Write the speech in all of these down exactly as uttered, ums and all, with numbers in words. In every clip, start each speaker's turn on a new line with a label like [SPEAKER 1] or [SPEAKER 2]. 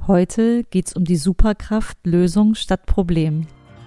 [SPEAKER 1] Heute geht's um die Superkraft Lösung statt Problem.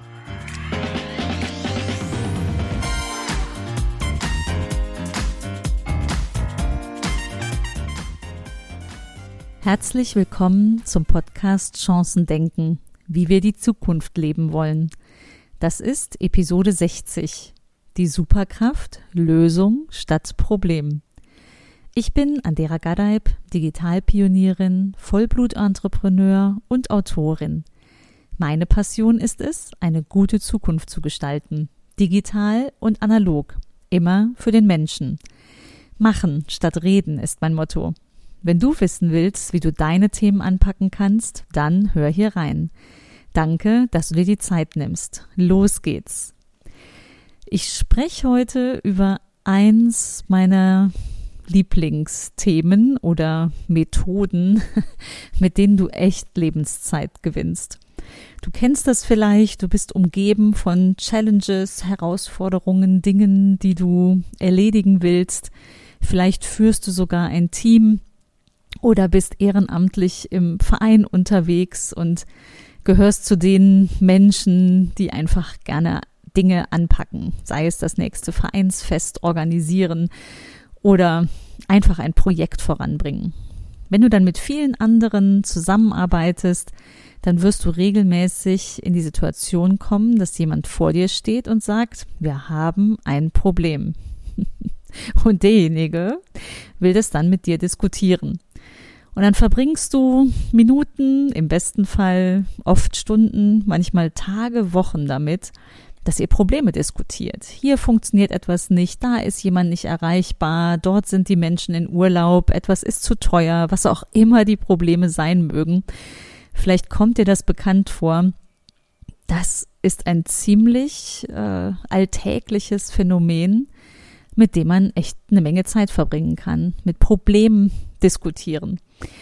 [SPEAKER 1] Herzlich willkommen zum Podcast Chancen denken, wie wir die Zukunft leben wollen. Das ist Episode sechzig, die Superkraft Lösung statt Problem. Ich bin Andera Gadeib, Digitalpionierin, Vollblut-Entrepreneur und Autorin. Meine Passion ist es, eine gute Zukunft zu gestalten, digital und analog, immer für den Menschen. Machen statt reden ist mein Motto. Wenn du wissen willst, wie du deine Themen anpacken kannst, dann hör hier rein. Danke, dass du dir die Zeit nimmst. Los geht's. Ich spreche heute über eins meiner Lieblingsthemen oder Methoden, mit denen du echt Lebenszeit gewinnst. Du kennst das vielleicht, du bist umgeben von Challenges, Herausforderungen, Dingen, die du erledigen willst. Vielleicht führst du sogar ein Team oder bist ehrenamtlich im Verein unterwegs und gehörst zu den Menschen, die einfach gerne Dinge anpacken, sei es das nächste Vereinsfest organisieren oder einfach ein Projekt voranbringen. Wenn du dann mit vielen anderen zusammenarbeitest, dann wirst du regelmäßig in die Situation kommen, dass jemand vor dir steht und sagt, wir haben ein Problem. Und derjenige will das dann mit dir diskutieren. Und dann verbringst du Minuten, im besten Fall oft Stunden, manchmal Tage, Wochen damit, dass ihr Probleme diskutiert. Hier funktioniert etwas nicht, da ist jemand nicht erreichbar, dort sind die Menschen in Urlaub, etwas ist zu teuer, was auch immer die Probleme sein mögen. Vielleicht kommt dir das bekannt vor. Das ist ein ziemlich äh, alltägliches Phänomen, mit dem man echt eine Menge Zeit verbringen kann, mit Problemen diskutieren.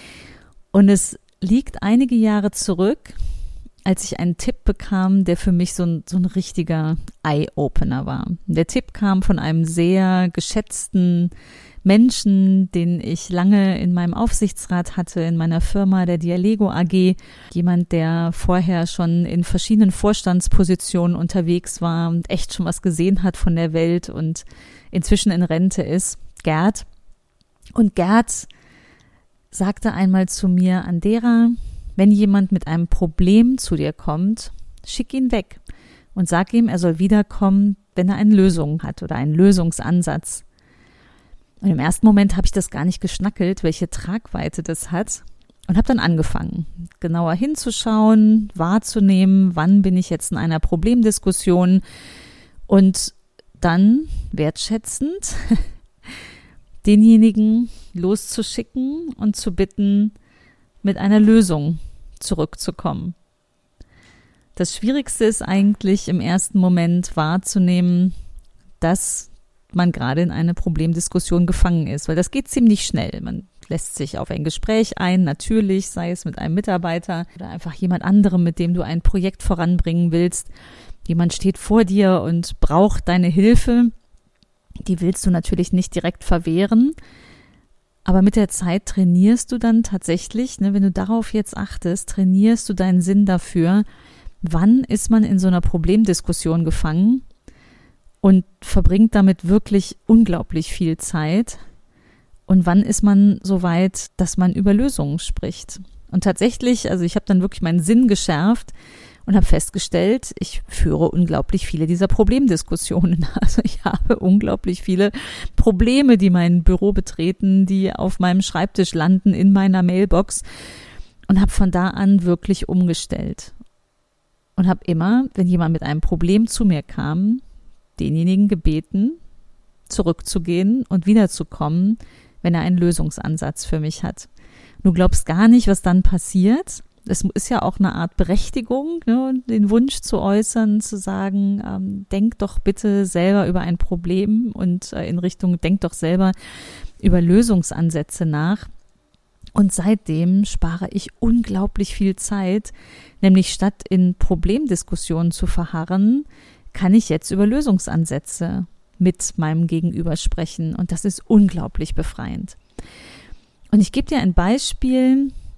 [SPEAKER 1] Und es liegt einige Jahre zurück, als ich einen Tipp bekam, der für mich so ein, so ein richtiger Eye-Opener war. Der Tipp kam von einem sehr geschätzten Menschen, den ich lange in meinem Aufsichtsrat hatte, in meiner Firma, der Dialego A G. Jemand, der vorher schon in verschiedenen Vorstandspositionen unterwegs war und echt schon was gesehen hat von der Welt und inzwischen in Rente ist, Gerd. Und Gerd sagte einmal zu mir, Andera, wenn jemand mit einem Problem zu dir kommt, schick ihn weg und sag ihm, er soll wiederkommen, wenn er eine Lösung hat oder einen Lösungsansatz. Und im ersten Moment habe ich das gar nicht geschnackelt, welche Tragweite das hat, und habe dann angefangen, genauer hinzuschauen, wahrzunehmen, wann bin ich jetzt in einer Problemdiskussion und dann wertschätzend denjenigen loszuschicken und zu bitten, mit einer Lösung zurückzukommen. Das Schwierigste ist eigentlich im ersten Moment wahrzunehmen, dass man gerade in eine Problemdiskussion gefangen ist, weil das geht ziemlich schnell. Man lässt sich auf ein Gespräch ein, natürlich, sei es mit einem Mitarbeiter oder einfach jemand anderem, mit dem du ein Projekt voranbringen willst. Jemand steht vor dir und braucht deine Hilfe. Die willst du natürlich nicht direkt verwehren. Aber mit der Zeit trainierst du dann tatsächlich, ne, wenn du darauf jetzt achtest, trainierst du deinen Sinn dafür, wann ist man in so einer Problemdiskussion gefangen und verbringt damit wirklich unglaublich viel Zeit und wann ist man so weit, dass man über Lösungen spricht. Und tatsächlich, also ich habe dann wirklich meinen Sinn geschärft und habe festgestellt, ich führe unglaublich viele dieser Problemdiskussionen. Also ich habe unglaublich viele Probleme, die mein Büro betreten, die auf meinem Schreibtisch landen, in meiner Mailbox, und habe von da an wirklich umgestellt. Und habe immer, wenn jemand mit einem Problem zu mir kam, denjenigen gebeten, zurückzugehen und wiederzukommen, wenn er einen Lösungsansatz für mich hat. Du glaubst gar nicht, was dann passiert. Es ist ja auch eine Art Berechtigung, ne, den Wunsch zu äußern, zu sagen, ähm, denk doch bitte selber über ein Problem und äh, in Richtung, denk doch selber über Lösungsansätze nach. Und seitdem spare ich unglaublich viel Zeit, nämlich statt in Problemdiskussionen zu verharren, kann ich jetzt über Lösungsansätze mit meinem Gegenüber sprechen. Und das ist unglaublich befreiend. Und ich gebe dir ein Beispiel,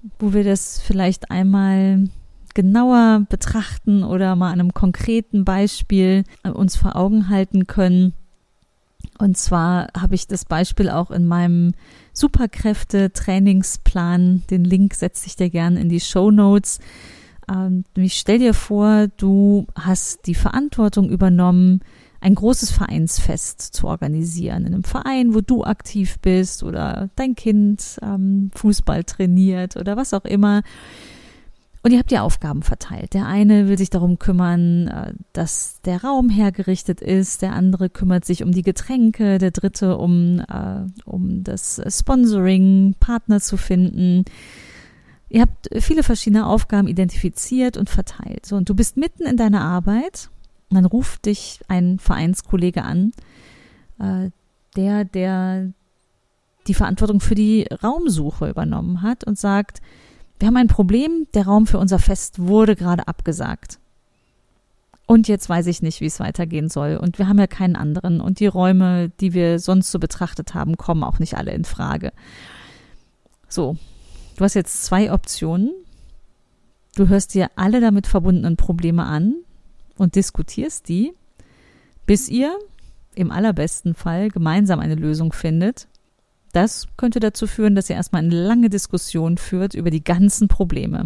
[SPEAKER 1] wo wir das vielleicht einmal genauer betrachten oder mal an einem konkreten Beispiel uns vor Augen halten können. Und zwar habe ich das Beispiel auch in meinem Superkräfte-Trainingsplan. Den Link setze ich dir gerne in die Shownotes. Ähm, ich stell dir vor, du hast die Verantwortung übernommen, ein großes Vereinsfest zu organisieren. In einem Verein, wo du aktiv bist oder dein Kind ähm, Fußball trainiert oder was auch immer. Und ihr habt die Aufgaben verteilt. Der eine will sich darum kümmern, dass der Raum hergerichtet ist. Der andere kümmert sich um die Getränke. Der dritte um, äh, um das Sponsoring, Partner zu finden. Ihr habt viele verschiedene Aufgaben identifiziert und verteilt. So, und du bist mitten in deiner Arbeit. Und dann ruft dich ein Vereinskollege an, äh, der, der die Verantwortung für die Raumsuche übernommen hat und sagt, wir haben ein Problem, der Raum für unser Fest wurde gerade abgesagt. Und jetzt weiß ich nicht, wie es weitergehen soll. Und wir haben ja keinen anderen. Und die Räume, die wir sonst so betrachtet haben, kommen auch nicht alle in Frage. So, du hast jetzt zwei Optionen. Du hörst dir alle damit verbundenen Probleme an und diskutierst die, bis ihr im allerbesten Fall gemeinsam eine Lösung findet. Das könnte dazu führen, dass ihr erstmal eine lange Diskussion führt über die ganzen Probleme.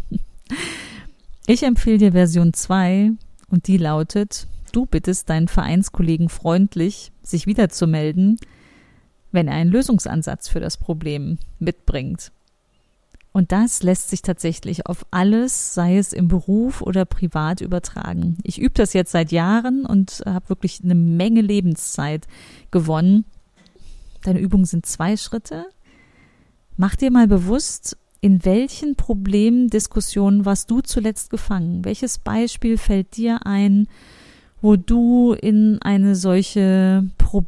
[SPEAKER 1] Ich empfehle dir Version zwei und die lautet, du bittest deinen Vereinskollegen freundlich, sich wieder zu melden, wenn er einen Lösungsansatz für das Problem mitbringt. Und das lässt sich tatsächlich auf alles, sei es im Beruf oder privat, übertragen. Ich übe das jetzt seit Jahren und habe wirklich eine Menge Lebenszeit gewonnen. Deine Übungen sind zwei Schritte. Mach dir mal bewusst, in welchen Problemdiskussionen warst du zuletzt gefangen? Welches Beispiel fällt dir ein, wo du in eine solche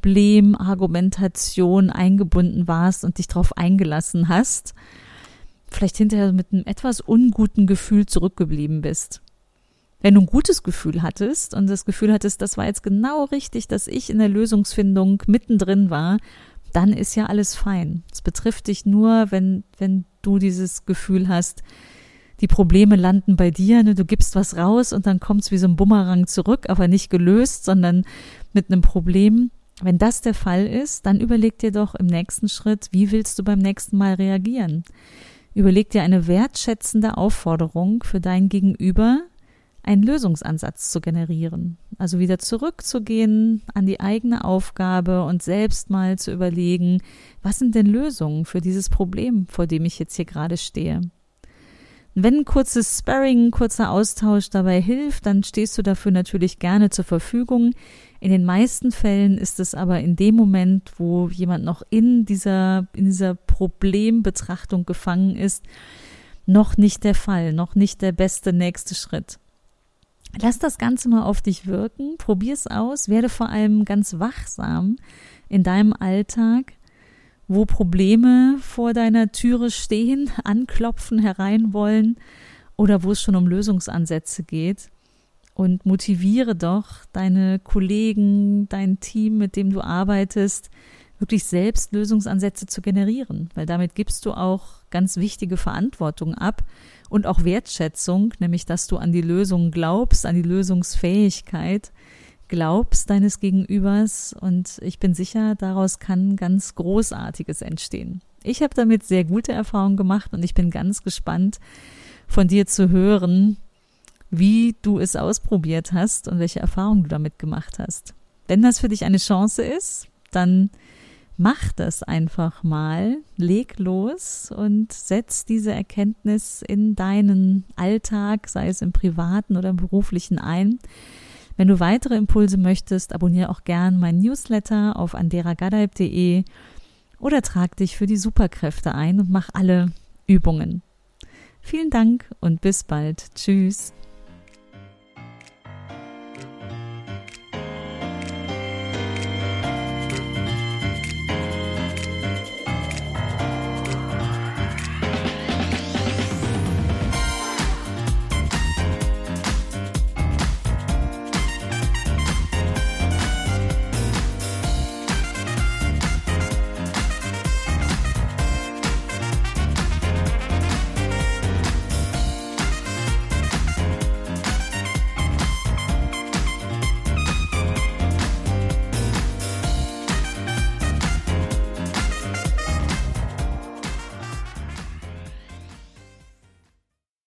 [SPEAKER 1] Problemargumentation eingebunden warst und dich darauf eingelassen hast? Vielleicht hinterher mit einem etwas unguten Gefühl zurückgeblieben bist. Wenn du ein gutes Gefühl hattest und das Gefühl hattest, das war jetzt genau richtig, dass ich in der Lösungsfindung mittendrin war, dann ist ja alles fein. Es betrifft dich nur, wenn, wenn du dieses Gefühl hast, die Probleme landen bei dir, ne? Du gibst was raus und dann kommt es wie so ein Bumerang zurück, aber nicht gelöst, sondern mit einem Problem. Wenn das der Fall ist, dann überleg dir doch im nächsten Schritt, wie willst du beim nächsten Mal reagieren? Überleg dir eine wertschätzende Aufforderung für dein Gegenüber, einen Lösungsansatz zu generieren. Also wieder zurückzugehen an die eigene Aufgabe und selbst mal zu überlegen, was sind denn Lösungen für dieses Problem, vor dem ich jetzt hier gerade stehe. Und wenn ein kurzes Sparring, ein kurzer Austausch dabei hilft, dann stehst du dafür natürlich gerne zur Verfügung. In den meisten Fällen ist es aber in dem Moment, wo jemand noch in dieser, in dieser Problembetrachtung gefangen ist, noch nicht der Fall, noch nicht der beste nächste Schritt. Lass das Ganze mal auf dich wirken, probier's aus, werde vor allem ganz wachsam in deinem Alltag, wo Probleme vor deiner Türe stehen, anklopfen, herein wollen oder wo es schon um Lösungsansätze geht. Und motiviere doch deine Kollegen, dein Team, mit dem du arbeitest, wirklich selbst Lösungsansätze zu generieren, weil damit gibst du auch ganz wichtige Verantwortung ab und auch Wertschätzung, nämlich dass du an die Lösung glaubst, an die Lösungsfähigkeit glaubst deines Gegenübers und ich bin sicher, daraus kann ganz Großartiges entstehen. Ich habe damit sehr gute Erfahrungen gemacht und ich bin ganz gespannt, von dir zu hören, wie du es ausprobiert hast und welche Erfahrungen du damit gemacht hast. Wenn das für dich eine Chance ist, dann mach das einfach mal, leg los und setz diese Erkenntnis in deinen Alltag, sei es im privaten oder im beruflichen ein. Wenn du weitere Impulse möchtest, abonniere auch gern meinen Newsletter auf andera gadeib punkt de oder trag dich für die Superkräfte ein und mach alle Übungen. Vielen Dank und bis bald. Tschüss.